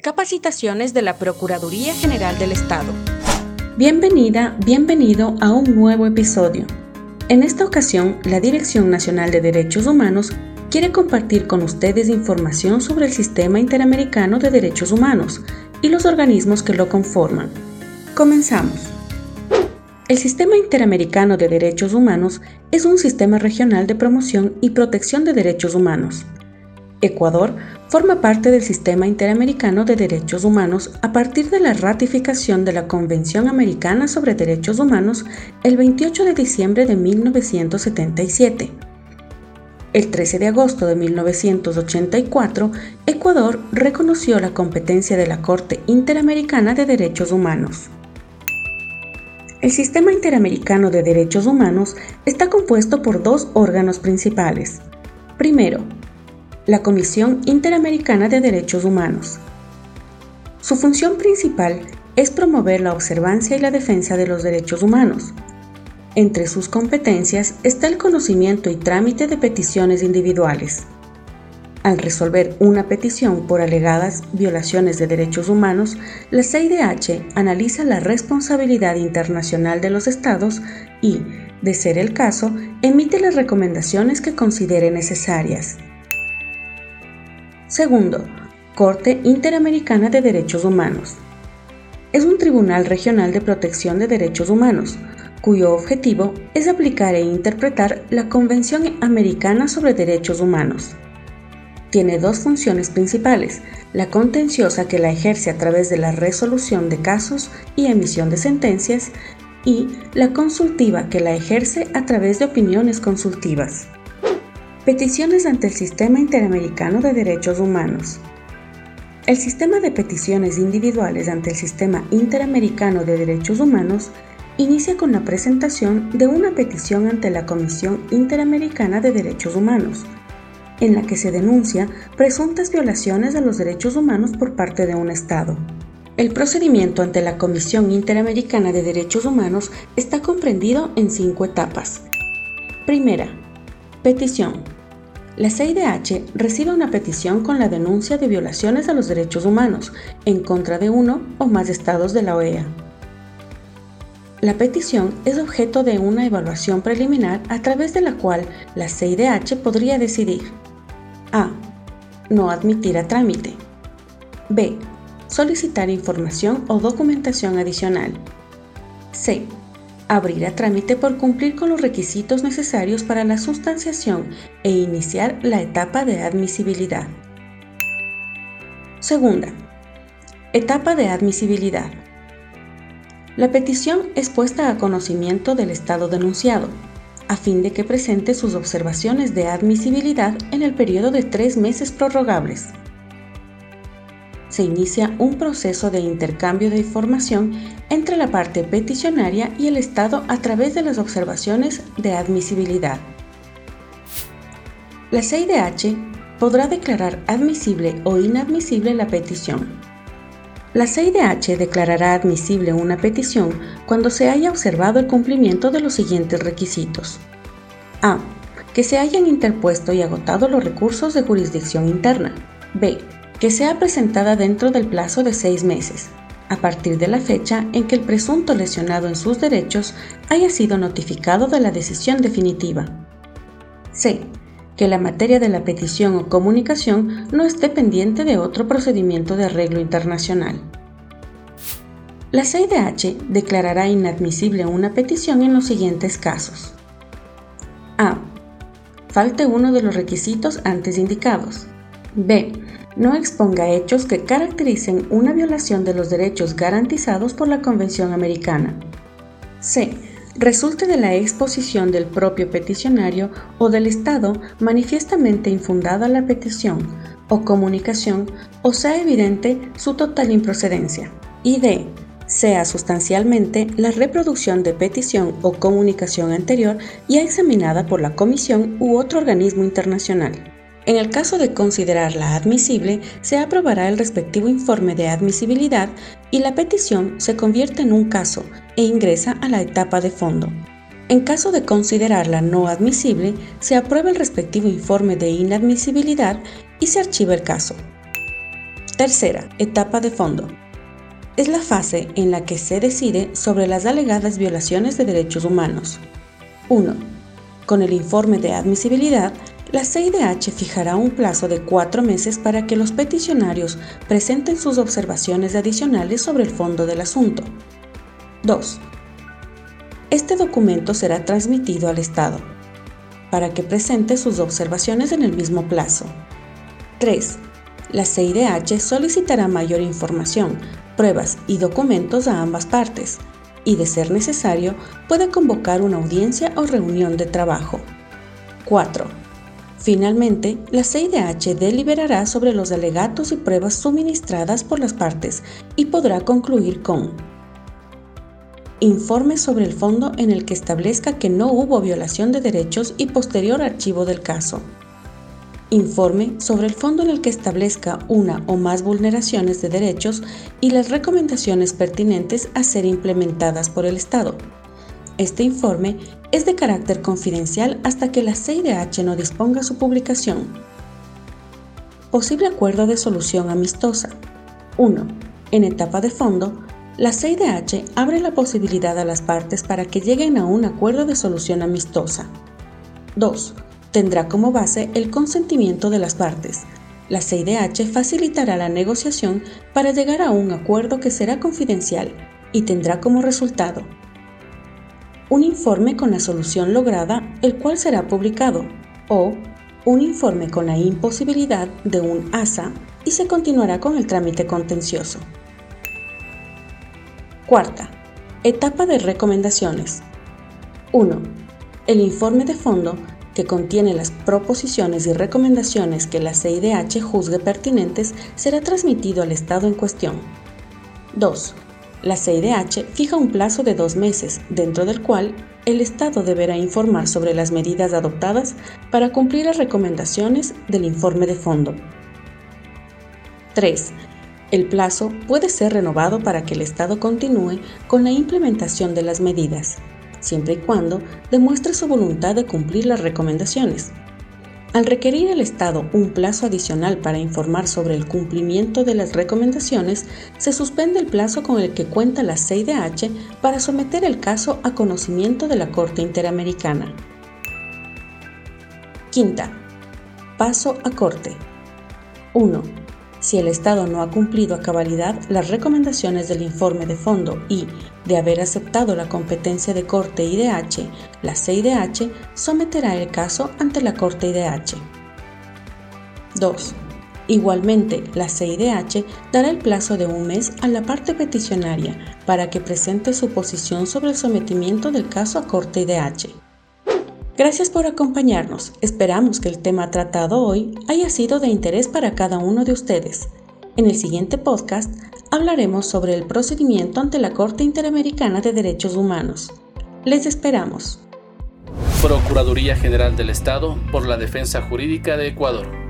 Capacitaciones de la Procuraduría General del Estado. Bienvenida, bienvenido a un nuevo episodio. En esta ocasión, la Dirección Nacional de Derechos Humanos quiere compartir con ustedes información sobre el Sistema Interamericano de Derechos Humanos y los organismos que lo conforman. Comenzamos. El Sistema Interamericano de Derechos Humanos es un sistema regional de promoción y protección de derechos humanos. Ecuador forma parte del Sistema Interamericano de Derechos Humanos a partir de la ratificación de la Convención Americana sobre Derechos Humanos el 28 de diciembre de 1977. El 13 de agosto de 1984, Ecuador reconoció la competencia de la Corte Interamericana de Derechos Humanos. El Sistema Interamericano de Derechos Humanos está compuesto por dos órganos principales. Primero, la Comisión Interamericana de Derechos Humanos. Su función principal es promover la observancia y la defensa de los derechos humanos. Entre sus competencias está el conocimiento y trámite de peticiones individuales. Al resolver una petición por alegadas violaciones de derechos humanos, la CIDH analiza la responsabilidad internacional de los estados y, de ser el caso, emite las recomendaciones que considere necesarias. Segundo, Corte Interamericana de Derechos Humanos. Es un tribunal regional de protección de derechos humanos, cuyo objetivo es aplicar e interpretar la Convención Americana sobre Derechos Humanos. Tiene dos funciones principales, la contenciosa que la ejerce a través de la resolución de casos y emisión de sentencias, y la consultiva que la ejerce a través de opiniones consultivas. Peticiones ante el Sistema Interamericano de Derechos Humanos. El sistema de peticiones individuales ante el Sistema Interamericano de Derechos Humanos inicia con la presentación de una petición ante la Comisión Interamericana de Derechos Humanos, en la que se denuncia presuntas violaciones de los derechos humanos por parte de un Estado. El procedimiento ante la Comisión Interamericana de Derechos Humanos está comprendido en 5 etapas. Primera, petición. La CIDH recibe una petición con la denuncia de violaciones a los derechos humanos en contra de uno o más estados de la OEA. La petición es objeto de una evaluación preliminar a través de la cual la CIDH podría decidir: A. No admitir a trámite. B. Solicitar información o documentación adicional. C. Abrir a trámite por cumplir con los requisitos necesarios para la sustanciación e iniciar la etapa de admisibilidad. Segunda, etapa de admisibilidad. La petición es puesta a conocimiento del Estado denunciado, a fin de que presente sus observaciones de admisibilidad en el periodo de 3 meses prorrogables. Se inicia un proceso de intercambio de información entre la parte peticionaria y el Estado a través de las observaciones de admisibilidad. La CIDH podrá declarar admisible o inadmisible la petición. La CIDH declarará admisible una petición cuando se haya observado el cumplimiento de los siguientes requisitos. A. Que se hayan interpuesto y agotado los recursos de jurisdicción interna. B. Que sea presentada dentro del plazo de 6 meses, a partir de la fecha en que el presunto lesionado en sus derechos haya sido notificado de la decisión definitiva. C. Que la materia de la petición o comunicación no esté pendiente de otro procedimiento de arreglo internacional. La CIDH declarará inadmisible una petición en los siguientes casos. A. Falte uno de los requisitos antes indicados. B. No exponga hechos que caractericen una violación de los derechos garantizados por la Convención Americana. C. Resulte de la exposición del propio peticionario o del Estado manifiestamente infundada la petición o comunicación o sea evidente su total improcedencia. Y D. Sea sustancialmente la reproducción de petición o comunicación anterior ya examinada por la Comisión u otro organismo internacional. En el caso de considerarla admisible, se aprobará el respectivo informe de admisibilidad y la petición se convierte en un caso e ingresa a la etapa de fondo. En caso de considerarla no admisible, se aprueba el respectivo informe de inadmisibilidad y se archiva el caso. Tercera, etapa de fondo. Es la fase en la que se decide sobre las alegadas violaciones de derechos humanos. 1. Con el informe de admisibilidad, la CIDH fijará un plazo de 4 meses para que los peticionarios presenten sus observaciones adicionales sobre el fondo del asunto. 2. Este documento será transmitido al Estado para que presente sus observaciones en el mismo plazo. 3. La CIDH solicitará mayor información, pruebas y documentos a ambas partes y, de ser necesario, puede convocar una audiencia o reunión de trabajo. 4. Finalmente, la CIDH deliberará sobre los alegatos y pruebas suministradas por las partes y podrá concluir con informe sobre el fondo en el que establezca que no hubo violación de derechos y posterior archivo del caso. Informe sobre el fondo en el que establezca una o más vulneraciones de derechos y las recomendaciones pertinentes a ser implementadas por el Estado. Este informe es de carácter confidencial hasta que la CIDH no disponga su publicación. Posible acuerdo de solución amistosa. 1. En etapa de fondo, la CIDH abre la posibilidad a las partes para que lleguen a un acuerdo de solución amistosa. 2. Tendrá como base el consentimiento de las partes. La CIDH facilitará la negociación para llegar a un acuerdo que será confidencial y tendrá como resultado un informe con la solución lograda, el cual será publicado, o un informe con la imposibilidad de un ASA y se continuará con el trámite contencioso. Cuarta, etapa de recomendaciones. 1. El informe de fondo, que contiene las proposiciones y recomendaciones que la CIDH juzgue pertinentes, será transmitido al Estado en cuestión. 2. La CIDH fija un plazo de 2 meses, dentro del cual el Estado deberá informar sobre las medidas adoptadas para cumplir las recomendaciones del informe de fondo. 3. El plazo puede ser renovado para que el Estado continúe con la implementación de las medidas, siempre y cuando demuestre su voluntad de cumplir las recomendaciones. Al requerir el Estado un plazo adicional para informar sobre el cumplimiento de las recomendaciones, se suspende el plazo con el que cuenta la CIDH para someter el caso a conocimiento de la Corte Interamericana. Quinta, paso a Corte. 1. Si el Estado no ha cumplido a cabalidad las recomendaciones del informe de fondo y, de haber aceptado la competencia de Corte IDH, la CIDH someterá el caso ante la Corte IDH. 2. Igualmente, la CIDH dará el plazo de 1 mes a la parte peticionaria para que presente su posición sobre el sometimiento del caso a Corte IDH. Gracias por acompañarnos. Esperamos que el tema tratado hoy haya sido de interés para cada uno de ustedes. En el siguiente podcast hablaremos sobre el procedimiento ante la Corte Interamericana de Derechos Humanos. Les esperamos. Procuraduría General del Estado por la Defensa Jurídica de Ecuador.